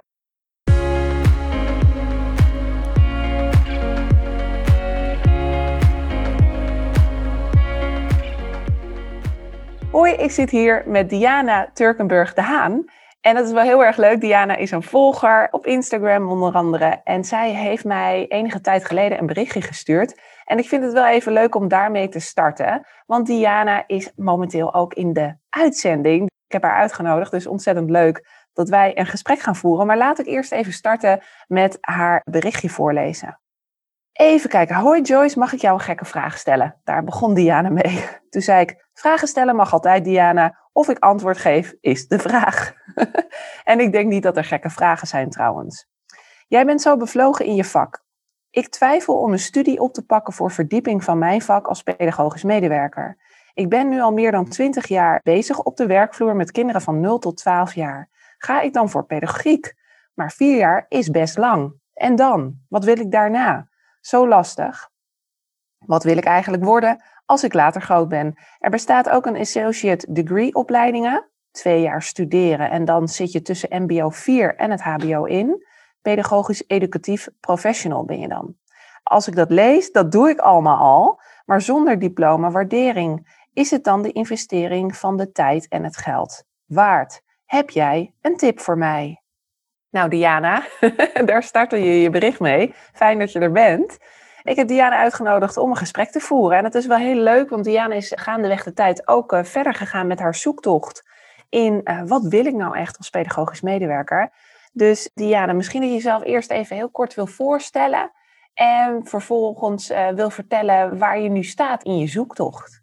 Hoi, ik zit hier met Diana Turkenburg de Haan. En dat is wel heel erg leuk. Diana is een volger op Instagram onder andere. En zij heeft mij enige tijd geleden een berichtje gestuurd. En ik vind het wel even leuk om daarmee te starten. Want Diana is momenteel ook in de uitzending. Ik heb haar uitgenodigd, dus ontzettend leuk dat wij een gesprek gaan voeren. Maar laat ik eerst even starten met haar berichtje voorlezen. Even kijken. Hoi Joyce, mag ik jou een gekke vraag stellen? Daar begon Diana mee. Toen zei ik, vragen stellen mag altijd Diana. Of ik antwoord geef, is de vraag. En ik denk niet dat er gekke vragen zijn trouwens. Jij bent zo bevlogen in je vak. Ik twijfel om een studie op te pakken voor verdieping van mijn vak als pedagogisch medewerker. Ik ben nu al meer dan 20 jaar bezig op de werkvloer met kinderen van 0 tot 12 jaar. Ga ik dan voor pedagogiek? Maar 4 jaar is best lang. En dan? Wat wil ik daarna? Zo lastig. Wat wil ik eigenlijk worden als ik later groot ben? Er bestaat ook een associate degree opleidingen. 2 jaar studeren en dan zit je tussen mbo 4 en het hbo in. Pedagogisch educatief professional ben je dan. Als ik dat lees, dat doe ik allemaal al. Maar zonder diploma waardering. Is het dan de investering van de tijd en het geld waard? Heb jij een tip voor mij? Nou Diana, daar startte je bericht mee. Fijn dat je er bent. Ik heb Diana uitgenodigd om een gesprek te voeren. En het is wel heel leuk, want Diana is gaandeweg de tijd ook verder gegaan met haar zoektocht in wat wil ik nou echt als pedagogisch medewerker. Dus Diana, misschien dat je jezelf eerst even heel kort wil voorstellen En vervolgens wil vertellen waar je nu staat in je zoektocht.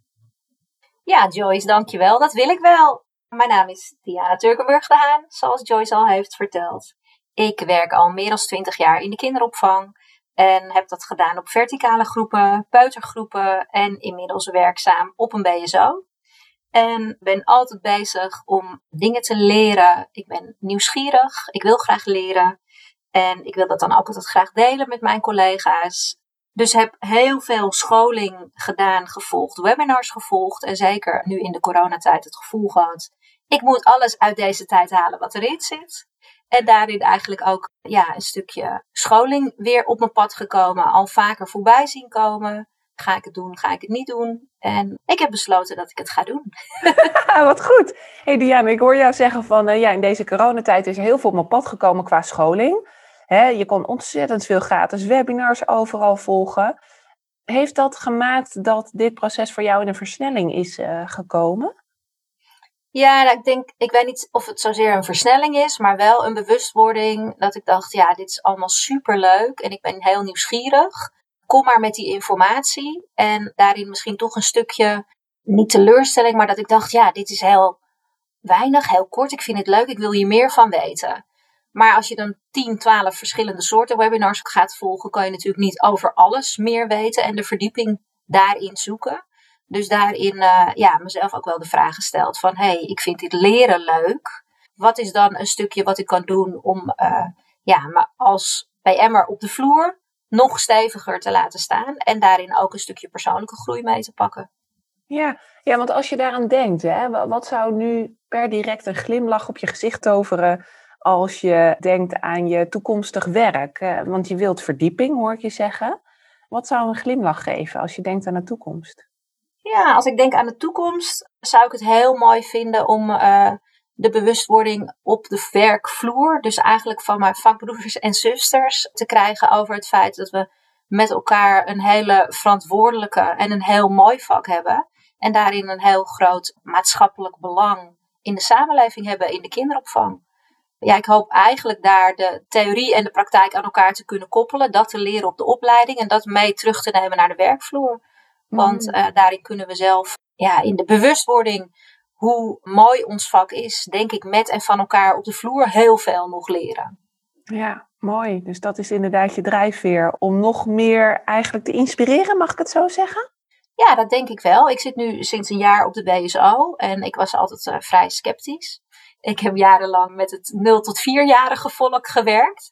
Ja, Joyce, dankjewel. Dat wil ik wel. Mijn naam is Diana Turkenburg de Haan, zoals Joyce al heeft verteld. Ik werk al meer dan 20 jaar in de kinderopvang en heb dat gedaan op verticale groepen, peutergroepen en inmiddels werkzaam op een BSO. En ben altijd bezig om dingen te leren. Ik ben nieuwsgierig, ik wil graag leren en ik wil dat dan ook altijd graag delen met mijn collega's. Dus heb heel veel scholing gedaan, gevolgd, webinars gevolgd en zeker nu in de coronatijd het gevoel gehad. Ik moet alles uit deze tijd halen wat erin zit. En daarin eigenlijk ook een stukje scholing weer op mijn pad gekomen. Al vaker voorbij zien komen. Ga ik het doen, ga ik het niet doen? En ik heb besloten dat ik het ga doen. Wat goed. Hey Diana, ik hoor jou zeggen van in deze coronatijd is er heel veel op mijn pad gekomen qua scholing. Je kon ontzettend veel gratis webinars overal volgen. Heeft dat gemaakt dat dit proces voor jou in een versnelling is gekomen? Ja, ik weet niet of het zozeer een versnelling is, maar wel een bewustwording dat ik dacht, dit is allemaal superleuk en ik ben heel nieuwsgierig. Kom maar met die informatie en daarin misschien toch een stukje, niet teleurstelling, maar dat ik dacht, dit is heel weinig, heel kort, ik vind het leuk, ik wil hier meer van weten. Maar als je dan 10, 12 verschillende soorten webinars gaat volgen, kan je natuurlijk niet over alles meer weten en de verdieping daarin zoeken. Dus daarin mezelf ook wel de vraag gesteld van, ik vind dit leren leuk. Wat is dan een stukje wat ik kan doen om me als BM'er op de vloer nog steviger te laten staan. En daarin ook een stukje persoonlijke groei mee te pakken. Ja, want als je daaraan denkt, wat zou nu per direct een glimlach op je gezicht toveren als je denkt aan je toekomstig werk? Want je wilt verdieping, hoor ik je zeggen. Wat zou een glimlach geven als je denkt aan de toekomst? Ja, als ik denk aan de toekomst, zou ik het heel mooi vinden om de bewustwording op de werkvloer, dus eigenlijk van mijn vakbroeders en zusters, te krijgen over het feit dat we met elkaar een hele verantwoordelijke en een heel mooi vak hebben. En daarin een heel groot maatschappelijk belang in de samenleving hebben in de kinderopvang. Ja, ik hoop eigenlijk daar de theorie en de praktijk aan elkaar te kunnen koppelen. Dat te leren op de opleiding en dat mee terug te nemen naar de werkvloer. Want daarin kunnen we zelf in de bewustwording hoe mooi ons vak is, denk ik met en van elkaar op de vloer heel veel nog leren. Ja, mooi. Dus dat is inderdaad je drijfveer om nog meer eigenlijk te inspireren, mag ik het zo zeggen? Ja, dat denk ik wel. Ik zit nu sinds een jaar op de BSO en ik was altijd vrij sceptisch. Ik heb jarenlang met het 0 tot 4-jarige volk gewerkt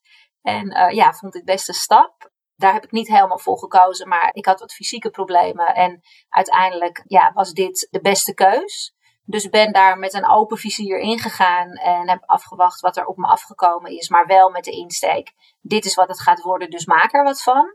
en vond dit best een stap. Daar heb ik niet helemaal voor gekozen, maar ik had wat fysieke problemen. En uiteindelijk was dit de beste keus. Dus ben daar met een open vizier ingegaan en heb afgewacht wat er op me afgekomen is. Maar wel met de insteek, dit is wat het gaat worden, dus maak er wat van.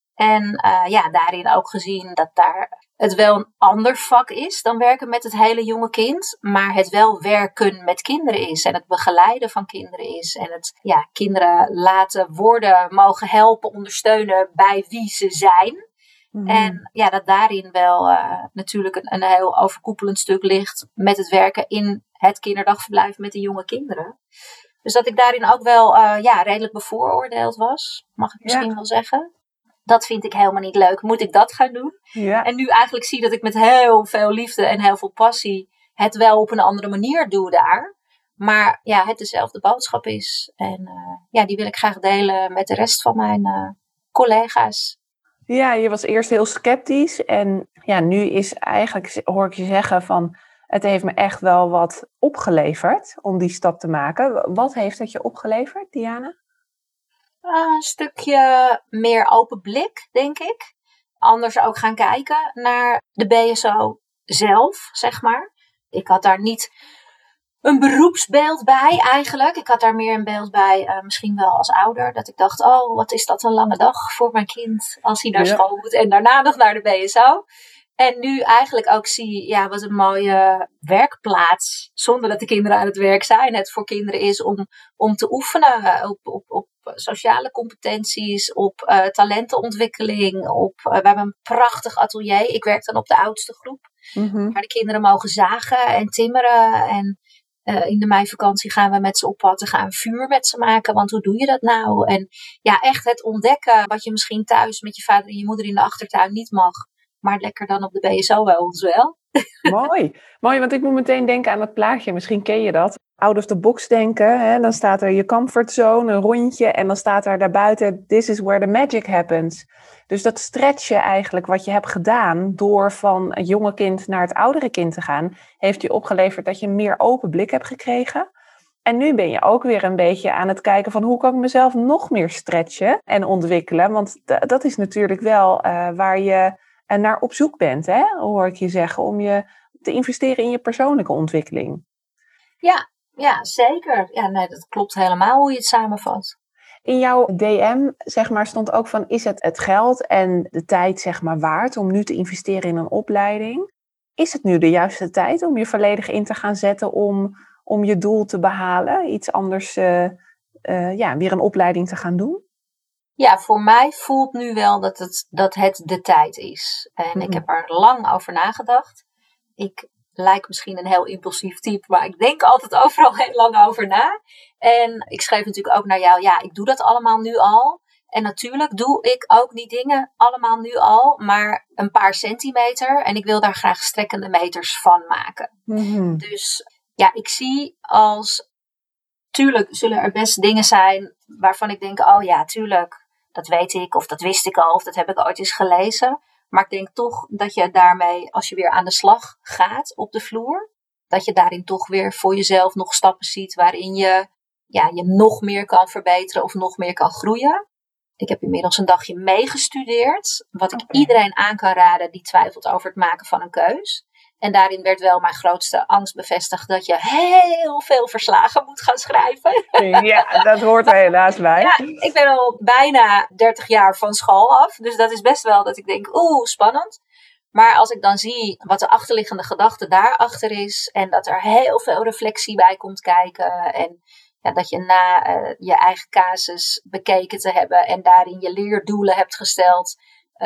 En daarin ook gezien dat daar het wel een ander vak is dan werken met het hele jonge kind. Maar het wel werken met kinderen is. En het begeleiden van kinderen is. En het kinderen laten worden, mogen helpen, ondersteunen bij wie ze zijn. Mm-hmm. En dat daarin wel natuurlijk een heel overkoepelend stuk ligt met het werken in het kinderdagverblijf met de jonge kinderen. Dus dat ik daarin ook wel redelijk bevooroordeeld was, mag ik misschien wel zeggen. Dat vind ik helemaal niet leuk. Moet ik dat gaan doen? Ja. En nu eigenlijk zie dat ik met heel veel liefde en heel veel passie het wel op een andere manier doe daar. Maar het dezelfde boodschap is. En die wil ik graag delen met de rest van mijn collega's. Ja, je was eerst heel sceptisch. En nu is eigenlijk, hoor ik je zeggen van, het heeft me echt wel wat opgeleverd om die stap te maken. Wat heeft het je opgeleverd, Diana? Een stukje meer open blik, denk ik. Anders ook gaan kijken naar de BSO zelf, zeg maar. Ik had daar niet een beroepsbeeld bij eigenlijk. Ik had daar meer een beeld bij, misschien wel als ouder. Dat ik dacht, wat is dat een lange dag voor mijn kind als hij naar school moet. En daarna nog naar de BSO. En nu eigenlijk ook zie, wat een mooie werkplaats. Zonder dat de kinderen aan het werk zijn. Het voor kinderen is om te oefenen op sociale competenties, op talentenontwikkeling. We hebben een prachtig atelier. Ik werk dan op de oudste groep. Mm-hmm. Waar de kinderen mogen zagen en timmeren. En In de meivakantie gaan we met ze op pad, gaan we vuur met ze maken. Want hoe doe je dat nou? En ja, echt het ontdekken wat je misschien thuis met je vader en je moeder in de achtertuin niet mag. Maar lekker dan op de BSO bij ons wel. Mooi, want ik moet meteen denken aan het plaatje. Misschien ken je dat. Out of the box denken. Hè? Dan staat er je comfortzone, een rondje. En dan staat er daarbuiten, this is where the magic happens. Dus dat stretchen eigenlijk wat je hebt gedaan door van het jonge kind naar het oudere kind te gaan, heeft je opgeleverd dat je een meer open blik hebt gekregen. En nu ben je ook weer een beetje aan het kijken van hoe kan ik mezelf nog meer stretchen en ontwikkelen. Want dat is natuurlijk wel waar je naar op zoek bent, hè? Hoor ik je zeggen, om je te investeren in je persoonlijke ontwikkeling. Ja, zeker. Ja, nee, dat klopt helemaal hoe je het samenvat. In jouw DM, zeg maar, stond ook van, is het geld en de tijd, zeg maar, waard om nu te investeren in een opleiding? Is het nu de juiste tijd om je volledig in te gaan zetten om je doel te behalen? Iets anders, weer een opleiding te gaan doen? Ja, voor mij voelt nu wel dat het de tijd is. En ik heb er lang over nagedacht. Ik lijk misschien een heel impulsief type, maar ik denk altijd overal heel lang over na. En ik schreef natuurlijk ook naar jou, ja, ik doe dat allemaal nu al. En natuurlijk doe ik ook die dingen allemaal nu al, maar een paar centimeter. En ik wil daar graag strekkende meters van maken. Mm-hmm. Dus ja, ik zie als, tuurlijk zullen er best dingen zijn waarvan ik denk, oh ja, tuurlijk, dat weet ik, of dat wist ik al, of dat heb ik ooit eens gelezen. Maar ik denk toch dat je daarmee, als je weer aan de slag gaat op de vloer, dat je daarin toch weer voor jezelf nog stappen ziet waarin je nog meer kan verbeteren of nog meer kan groeien. Ik heb inmiddels een dagje meegestudeerd, wat ik iedereen aan kan raden die twijfelt over het maken van een keus. En daarin werd wel mijn grootste angst bevestigd dat je heel veel verslagen moet gaan schrijven. Ja, dat hoort er helaas bij. Ja, ik ben al bijna 30 jaar van school af. Dus dat is best wel dat ik denk, spannend. Maar als ik dan zie wat de achterliggende gedachte daarachter is. En dat er heel veel reflectie bij komt kijken. En ja, dat je na je eigen casus bekeken te hebben. En daarin je leerdoelen hebt gesteld,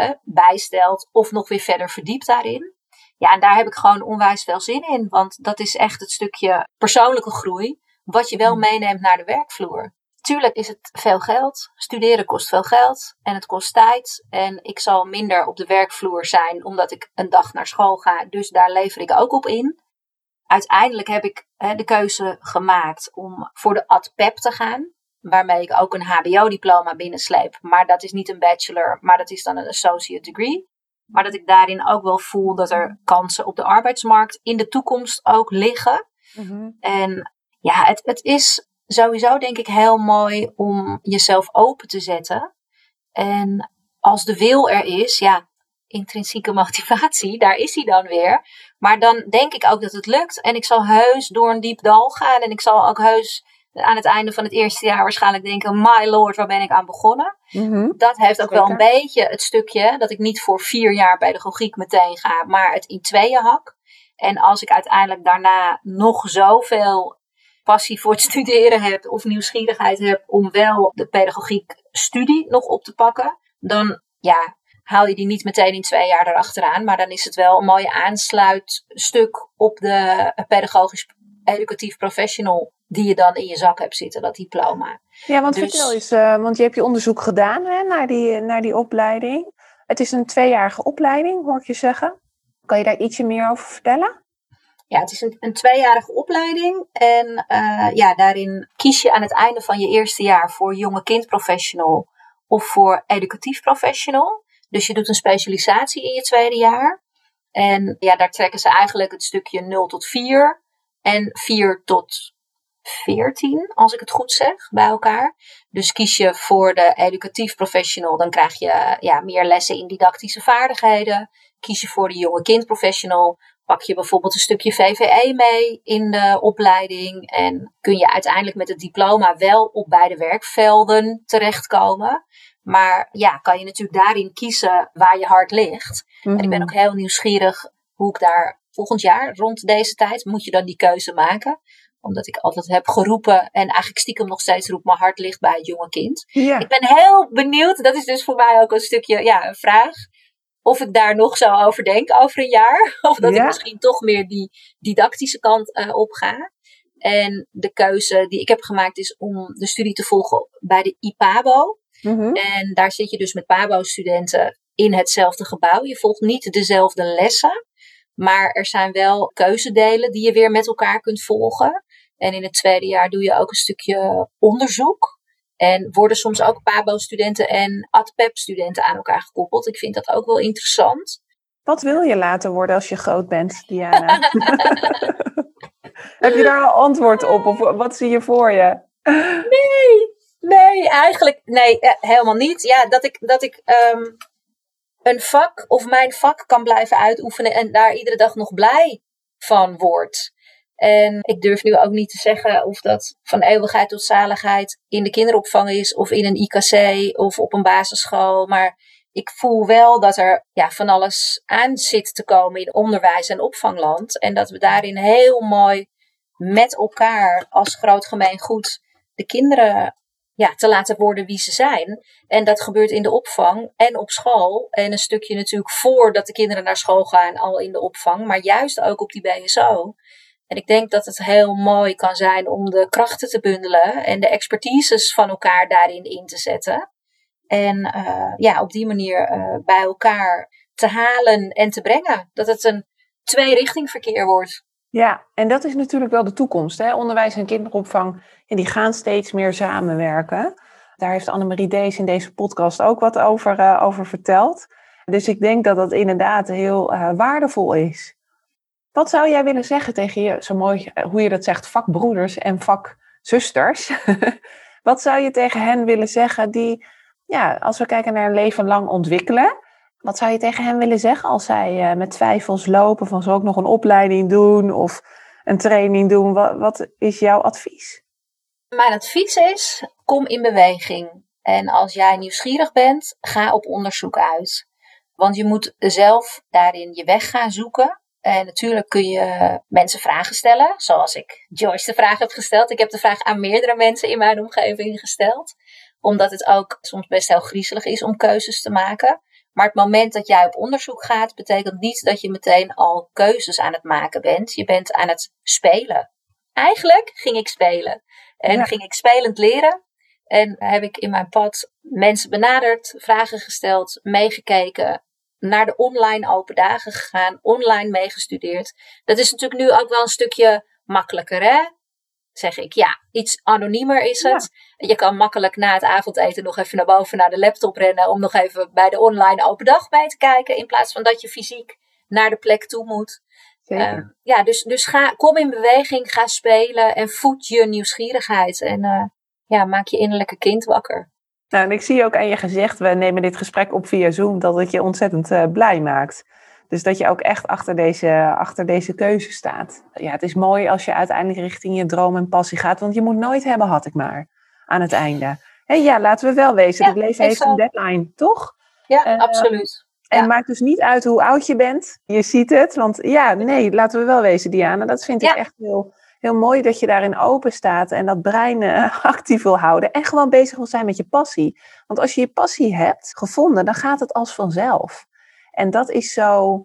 bijstelt. Of nog weer verder verdiept daarin. Ja, en daar heb ik gewoon onwijs veel zin in. Want dat is echt het stukje persoonlijke groei. Wat je wel meeneemt naar de werkvloer. Tuurlijk is het veel geld. Studeren kost veel geld. En het kost tijd. En ik zal minder op de werkvloer zijn. Omdat ik een dag naar school ga. Dus daar lever ik ook op in. Uiteindelijk heb ik de keuze gemaakt om voor de ADPEP te gaan. Waarmee ik ook een HBO-diploma binnensleep. Maar dat is niet een bachelor. Maar dat is dan een associate degree. Maar dat ik daarin ook wel voel dat er kansen op de arbeidsmarkt in de toekomst ook liggen. Mm-hmm. En ja, het is sowieso denk ik heel mooi om jezelf open te zetten. En als de wil er is, ja, intrinsieke motivatie, daar is hij dan weer. Maar dan denk ik ook dat het lukt. En ik zal heus door een diep dal gaan. En ik zal ook heus aan het einde van het eerste jaar waarschijnlijk denken, my lord, waar ben ik aan begonnen? Mm-hmm. Dat heeft ook wel een beetje het stukje dat ik niet voor 4 jaar pedagogiek meteen ga, maar het in 2 hak. En als ik uiteindelijk daarna nog zoveel passie voor het studeren heb of nieuwsgierigheid heb om wel de pedagogiek studie nog op te pakken, dan ja, haal je die niet meteen in 2 jaar erachteraan. Maar dan is het wel een mooie aansluitstuk op de pedagogisch educatief professional die je dan in je zak hebt zitten, dat diploma. Ja, want vertel eens, want je hebt je onderzoek gedaan naar die opleiding. Het is een 2-jarige opleiding, hoor ik je zeggen. Kan je daar ietsje meer over vertellen? Ja, het is een 2-jarige opleiding. En daarin kies je aan het einde van je eerste jaar voor jonge kind professional of voor educatief professional. Dus je doet een specialisatie in je 2e jaar. En ja, daar trekken ze eigenlijk het stukje 0 tot 4 en 4 tot 14, als ik het goed zeg, bij elkaar. Dus kies je voor de educatief professional, dan krijg je meer lessen in didactische vaardigheden. Kies je voor de jonge kind professional, pak je bijvoorbeeld een stukje VVE mee in de opleiding. En kun je uiteindelijk met het diploma wel op beide werkvelden terechtkomen. Maar ja, kan je natuurlijk daarin kiezen waar je hart ligt. Mm-hmm. En ik ben ook heel nieuwsgierig hoe ik daar volgend jaar, rond deze tijd, moet je dan die keuze maken. Omdat ik altijd heb geroepen en eigenlijk stiekem nog steeds roep, mijn hart ligt bij het jonge kind. Ja. Ik ben heel benieuwd, dat is dus voor mij ook een stukje, een vraag. Of ik daar nog zo over denk over een jaar. Of dat ik misschien toch meer die didactische kant op ga. En de keuze die ik heb gemaakt is om de studie te volgen bij de IPABO. Mhm. En daar zit je dus met PABO-studenten in hetzelfde gebouw. Je volgt niet dezelfde lessen, maar er zijn wel keuzedelen die je weer met elkaar kunt volgen. En in het tweede jaar doe je ook een stukje onderzoek. En worden soms ook PABO-studenten en ADPEP-studenten aan elkaar gekoppeld. Ik vind dat ook wel interessant. Wat wil je later worden als je groot bent, Diana? Heb je daar al antwoord op? Of wat zie je voor je? Nee, eigenlijk helemaal niet. Ja, dat ik een vak of mijn vak kan blijven uitoefenen en daar iedere dag nog blij van word. En ik durf nu ook niet te zeggen of dat van eeuwigheid tot zaligheid in de kinderopvang is of in een IKC of op een basisschool. Maar ik voel wel dat er van alles aan zit te komen in onderwijs en opvangland. En dat we daarin heel mooi met elkaar als groot gemeengoed de kinderen te laten worden wie ze zijn. En dat gebeurt in de opvang en op school. En een stukje natuurlijk voordat de kinderen naar school gaan al in de opvang. Maar juist ook op die BSO. En ik denk dat het heel mooi kan zijn om de krachten te bundelen. En de expertises van elkaar daarin in te zetten. En op die manier bij elkaar te halen en te brengen. Dat het een twee-richting verkeer wordt. Ja, en dat is natuurlijk wel de toekomst. Hè? Onderwijs en kinderopvang, die gaan steeds meer samenwerken. Daar heeft Annemarie Dees in deze podcast ook wat over verteld. Dus ik denk dat dat inderdaad heel waardevol is. Wat zou jij willen zeggen tegen je, zo mooi hoe je dat zegt, vakbroeders en vakzusters? Wat zou je tegen hen willen zeggen die, als we kijken naar een leven lang ontwikkelen... Wat zou je tegen hen willen zeggen als zij met twijfels lopen van zal ik nog een opleiding doen of een training doen? Wat is jouw advies? Mijn advies is, kom in beweging. En als jij nieuwsgierig bent, ga op onderzoek uit. Want je moet zelf daarin je weg gaan zoeken. En natuurlijk kun je mensen vragen stellen, zoals ik Joyce de vraag heb gesteld. Ik heb de vraag aan meerdere mensen in mijn omgeving gesteld. Omdat het ook soms best heel griezelig is om keuzes te maken. Maar het moment dat jij op onderzoek gaat, betekent niet dat je meteen al keuzes aan het maken bent. Je bent aan het spelen. Eigenlijk ging ik spelen. En ging ik spelend leren. En heb ik in mijn pad mensen benaderd, vragen gesteld, meegekeken, naar de online open dagen gegaan, online meegestudeerd. Dat is natuurlijk nu ook wel een stukje makkelijker, hè? Zeg ik, iets anoniemer is het. Ja. Je kan makkelijk na het avondeten nog even naar boven naar de laptop rennen om nog even bij de online open dag mee te kijken, in plaats van dat je fysiek naar de plek toe moet. Dus kom in beweging, ga spelen en voed je nieuwsgierigheid en maak je innerlijke kind wakker. Nou, en ik zie ook aan je gezicht, we nemen dit gesprek op via Zoom, dat het je ontzettend blij maakt. Dus dat je ook echt achter deze keuze staat. Ja, het is mooi als je uiteindelijk richting je droom en passie gaat. Want je moet nooit hebben, had ik maar, aan het einde. Laten we wel wezen, het leven heeft een deadline, toch? Ja, absoluut. En maakt dus niet uit hoe oud je bent. Je ziet het, want laten we wel wezen, Diana. Dat vind ik echt heel mooi dat je daarin open staat en dat brein actief wil houden. En gewoon bezig wil zijn met je passie. Want als je je passie hebt gevonden, dan gaat het als vanzelf. En dat is zo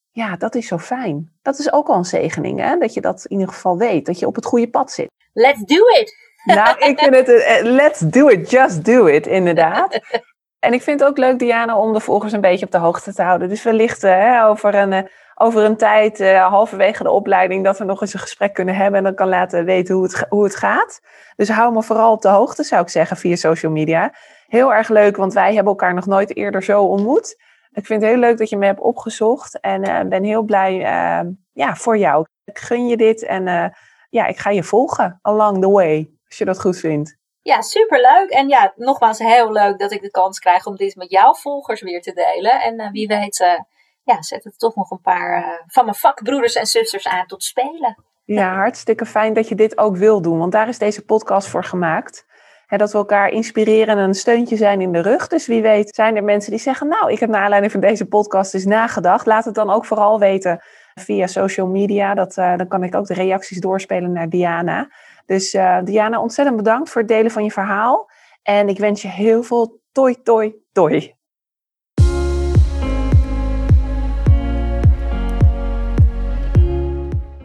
fijn. Dat is ook al een zegening, hè? Dat je dat in ieder geval weet. Dat je op het goede pad zit. Let's do it! Nou, ik vind het let's do it, just do it, inderdaad. En ik vind het ook leuk, Diana, om de volgers een beetje op de hoogte te houden. Dus wellicht over een tijd, halverwege de opleiding, dat we nog eens een gesprek kunnen hebben en dan kan laten weten hoe het gaat. Dus hou me vooral op de hoogte, zou ik zeggen, via social media. Heel erg leuk, want wij hebben elkaar nog nooit eerder zo ontmoet. Ik vind het heel leuk dat je me hebt opgezocht en ben heel blij voor jou. Ik gun je dit en ik ga je volgen along the way, als je dat goed vindt. Ja, superleuk. En nogmaals heel leuk dat ik de kans krijg om dit met jouw volgers weer te delen. En wie weet zet het toch nog een paar van mijn vakbroeders en zusters aan tot spelen. Ja, hartstikke fijn dat je dit ook wil doen, want daar is deze podcast voor gemaakt. Dat we elkaar inspireren en een steuntje zijn in de rug. Dus wie weet zijn er mensen die zeggen, nou, ik heb naar aanleiding van deze podcast eens nagedacht. Laat het dan ook vooral weten via social media. Dan kan ik ook de reacties doorspelen naar Diana. Dus Diana, ontzettend bedankt voor het delen van je verhaal. En ik wens je heel veel toi.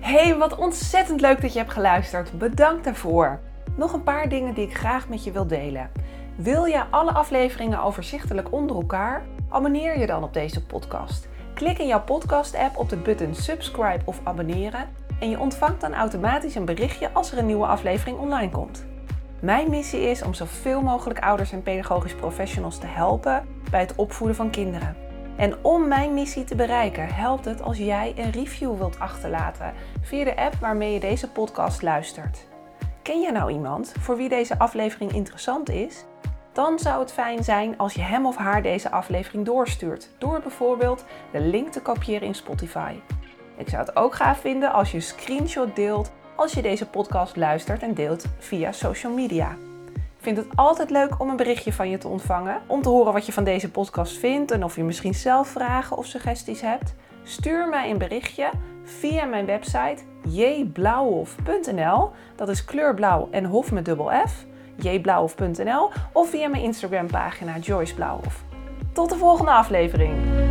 Hey, wat ontzettend leuk dat je hebt geluisterd. Bedankt daarvoor. Nog een paar dingen die ik graag met je wil delen. Wil je alle afleveringen overzichtelijk onder elkaar? Abonneer je dan op deze podcast. Klik in jouw podcast-app op de button subscribe of abonneren en je ontvangt dan automatisch een berichtje als er een nieuwe aflevering online komt. Mijn missie is om zoveel mogelijk ouders en pedagogisch professionals te helpen bij het opvoeden van kinderen. En om mijn missie te bereiken helpt het als jij een review wilt achterlaten via de app waarmee je deze podcast luistert. Ken je nou iemand voor wie deze aflevering interessant is? Dan zou het fijn zijn als je hem of haar deze aflevering doorstuurt, door bijvoorbeeld de link te kopiëren in Spotify. Ik zou het ook gaaf vinden als je een screenshot deelt als je deze podcast luistert en deelt via social media. Ik vind het altijd leuk om een berichtje van je te ontvangen, om te horen wat je van deze podcast vindt en of je misschien zelf vragen of suggesties hebt. Stuur mij een berichtje via mijn website jblauwhof.nl, dat is kleurblauw en hof met dubbel F, jblauwhof.nl, of via mijn Instagram pagina Joyce Blauwhof. Tot de volgende aflevering!